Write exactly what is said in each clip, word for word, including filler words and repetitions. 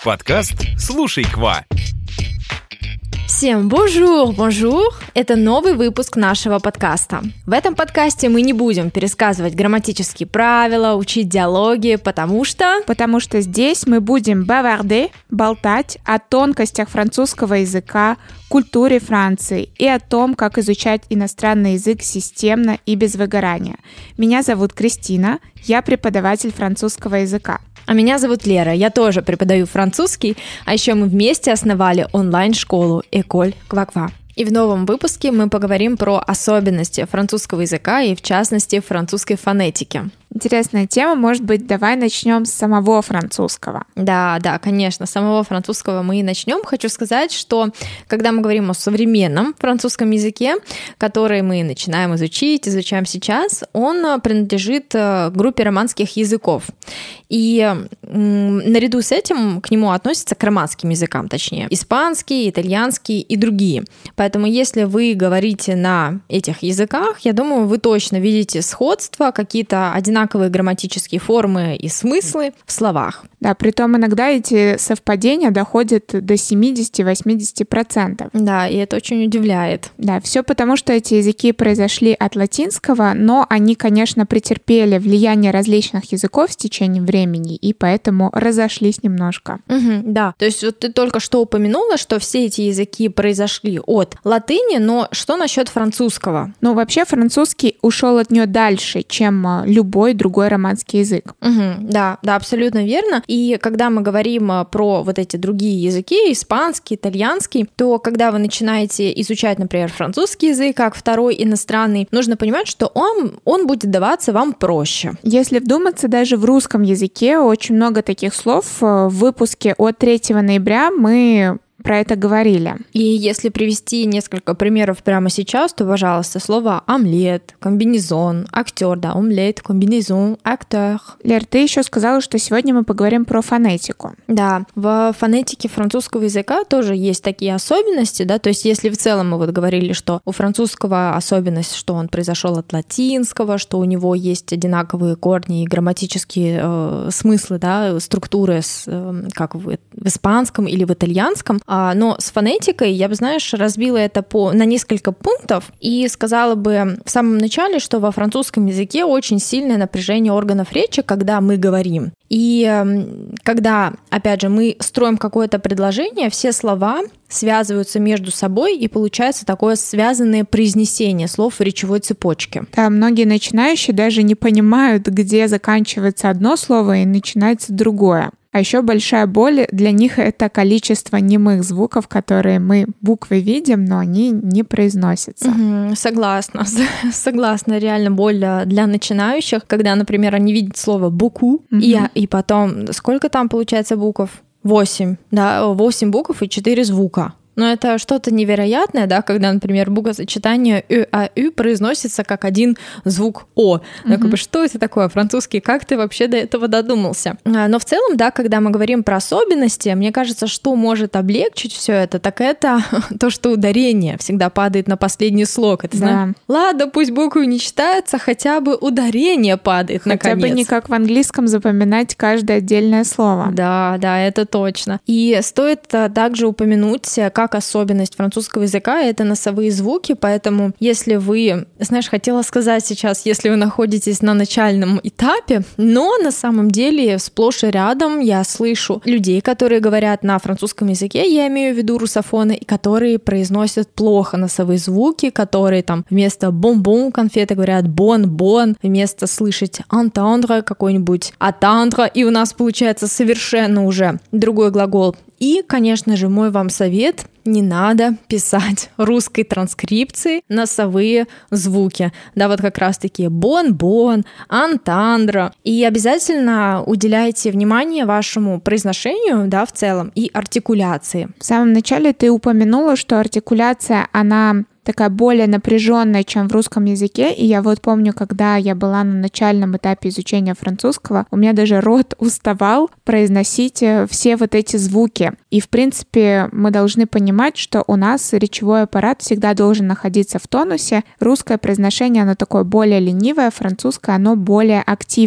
Подкаст «Слушай, Ква». Всем бонжур, бонжур! Это новый выпуск нашего подкаста. В этом подкасте мы не будем пересказывать грамматические правила, учить диалоги, потому что... Потому что здесь мы будем баварде, болтать о тонкостях французского языка, культуре Франции и о том, как изучать иностранный язык системно и без выгорания. Меня зовут Кристина, я преподаватель французского языка. А меня зовут Лера, я тоже преподаю французский, а еще мы вместе основали онлайн-школу École Kva-Kva. И в новом выпуске мы поговорим про особенности французского языка и, в частности, французской фонетики. Интересная тема, может быть, давай начнем с самого французского. Да, да, конечно, с самого французского мы и начнем. Хочу сказать, что когда мы говорим о современном французском языке, который мы начинаем изучить, изучаем сейчас, он принадлежит группе романских языков. И м, наряду с этим к нему относятся к романским языкам, точнее, испанский, итальянский и другие. Поэтому если вы говорите на этих языках, я думаю, вы точно видите сходства, какие-то одинаковые грамматические формы и смыслы в словах. Да, притом иногда эти совпадения доходят до семьдесят-восемьдесят процентов. Да, и это очень удивляет. Да, все потому, что эти языки произошли от латинского, но они, конечно, претерпели влияние различных языков с течением времени, и поэтому разошлись немножко. Угу, да, то есть вот ты только что упомянула, что все эти языки произошли от латыни, но что насчет французского? Ну, вообще французский ушел от нее дальше, чем любой другой романский язык. Угу, да, да, абсолютно верно. И когда мы говорим про вот эти другие языки, испанский, итальянский, то когда вы начинаете изучать, например, французский язык как второй иностранный, нужно понимать, что он, он будет даваться вам проще. Если вдуматься, даже в русском языке очень много таких слов. В выпуске от третьего ноября мы про это говорили. И если привести несколько примеров прямо сейчас, то, пожалуйста, слово омлет, комбинезон, актер, да, омлет, комбинезон, актер. Лер, ты еще сказала, что сегодня мы поговорим про фонетику. Да, в фонетике французского языка тоже есть такие особенности, да, то есть если в целом мы вот говорили, что у французского особенность, что он произошел от латинского, что у него есть одинаковые корни и грамматические э, смыслы, да, структуры, с, э, как в, в испанском или в итальянском. Но с фонетикой я бы, знаешь, разбила это по, на несколько пунктов и сказала бы в самом начале, что во французском языке очень сильное напряжение органов речи, когда мы говорим. И когда, опять же, мы строим какое-то предложение, все слова связываются между собой, и получается такое связанное произнесение слов в речевой цепочке. Да, многие начинающие даже не понимают, где заканчивается одно слово и начинается другое. А еще большая боль для них — это количество немых звуков, которые мы буквы видим, но они не произносятся. Угу, согласна, согласна. Реально боль для начинающих, когда, например, они видят слово «буку», угу. и, и потом сколько там получается букв? Восемь, да, восемь букв и четыре звука. Но это что-то невероятное, да, когда, например, буквосочетание «ы», а «ю» произносится как один звук «о». Ну, как бы, что это такое французский? Как ты вообще до этого додумался? Но в целом, да, когда мы говорим про особенности, мне кажется, что может облегчить все это, так это то, что ударение всегда падает на последний слог. Это, да. знаешь, ладно, пусть буквы не читаются, хотя бы ударение падает хотя на конец. Хотя бы не как в английском запоминать каждое отдельное слово. Да, да, это точно. И стоит также упомянуть, как Как особенность французского языка — это носовые звуки, поэтому если вы, знаешь, хотела сказать сейчас, если вы находитесь на начальном этапе, но на самом деле сплошь и рядом я слышу людей, которые говорят на французском языке, я имею в виду русофоны, и которые произносят плохо носовые звуки, которые там вместо бон-бон конфеты говорят бон-бон, вместо слышать entendre какой-нибудь attendre, и у нас получается совершенно уже другой глагол. И, конечно же, мой вам совет — не надо писать русской транскрипции носовые звуки. Да, вот как раз-таки бон-бон, антандра. И обязательно уделяйте внимание вашему произношению, да, в целом, и артикуляции. В самом начале ты упомянула, что артикуляция, она такая более напряженная, чем в русском языке. И я вот помню, когда я была на начальном этапе изучения французского, у меня даже рот уставал произносить все вот эти звуки. И, в принципе, мы должны понимать, что у нас речевой аппарат всегда должен находиться в тонусе. Русское произношение, оно такое более ленивое, французское, оно более активное.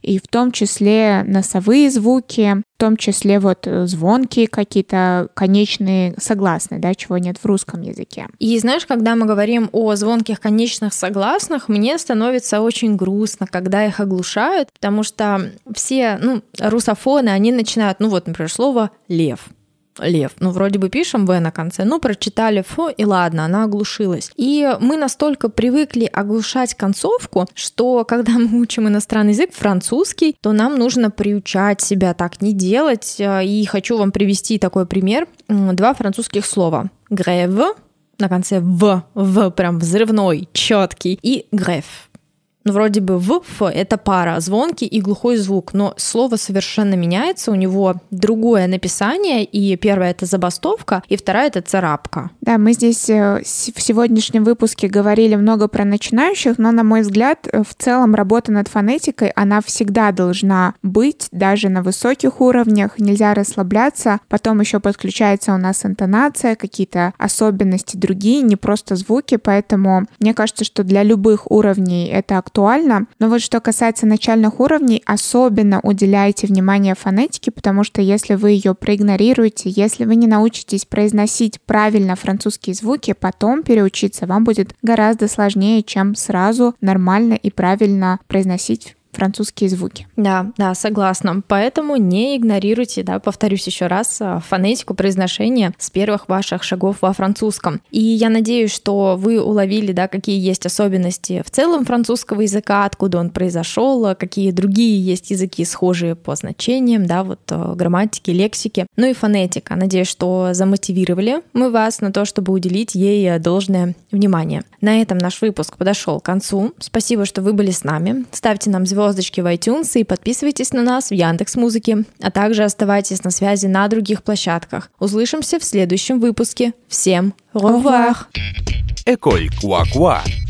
и в том числе носовые звуки, в том числе вот звонкие какие-то конечные согласные, да, чего нет в русском языке. И знаешь, когда мы говорим о звонких конечных согласных, мне становится очень грустно, когда их оглушают, потому что все, ну, русофоны, они начинают, ну вот, например, слово «лев». Лев. Ну, вроде бы пишем «в» на конце, ну, прочитали «ф», и ладно, она оглушилась. И мы настолько привыкли оглушать концовку, что когда мы учим иностранный язык, французский, то нам нужно приучать себя так не делать. И хочу вам привести такой пример. Два французских слова. «Grève», на конце «в», «в», прям взрывной, четкий, и «grève». Ну, вроде бы в, ф, это пара, звонкий и глухой звук, но слово совершенно меняется, у него другое написание, и первое — это забастовка, и вторая — это царапка. Да, мы здесь в сегодняшнем выпуске говорили много про начинающих, но, на мой взгляд, в целом работа над фонетикой, она всегда должна быть, даже на высоких уровнях, нельзя расслабляться, потом еще подключается у нас интонация, какие-то особенности другие, не просто звуки, поэтому мне кажется, что для любых уровней это актуально. актуально. Но вот что касается начальных уровней, особенно уделяйте внимание фонетике, потому что если вы ее проигнорируете, если вы не научитесь произносить правильно французские звуки, потом переучиться вам будет гораздо сложнее, чем сразу нормально и правильно произносить французские звуки. Да, да, согласна. Поэтому не игнорируйте, да, повторюсь еще раз, фонетику произношения с первых ваших шагов во французском. И я надеюсь, что вы уловили, да, какие есть особенности в целом французского языка, откуда он произошел, какие другие есть языки, схожие по значениям, да, вот грамматики, лексики, ну и фонетика. Надеюсь, что замотивировали мы вас на то, чтобы уделить ей должное внимание. На этом наш выпуск подошел к концу. Спасибо, что вы были с нами. Ставьте нам звезды звездочки в iTunes и подписывайтесь на нас в Яндекс.Музыке, а также оставайтесь на связи на других площадках. Услышимся в следующем выпуске. Всем au revoir! École Quoi Quoi.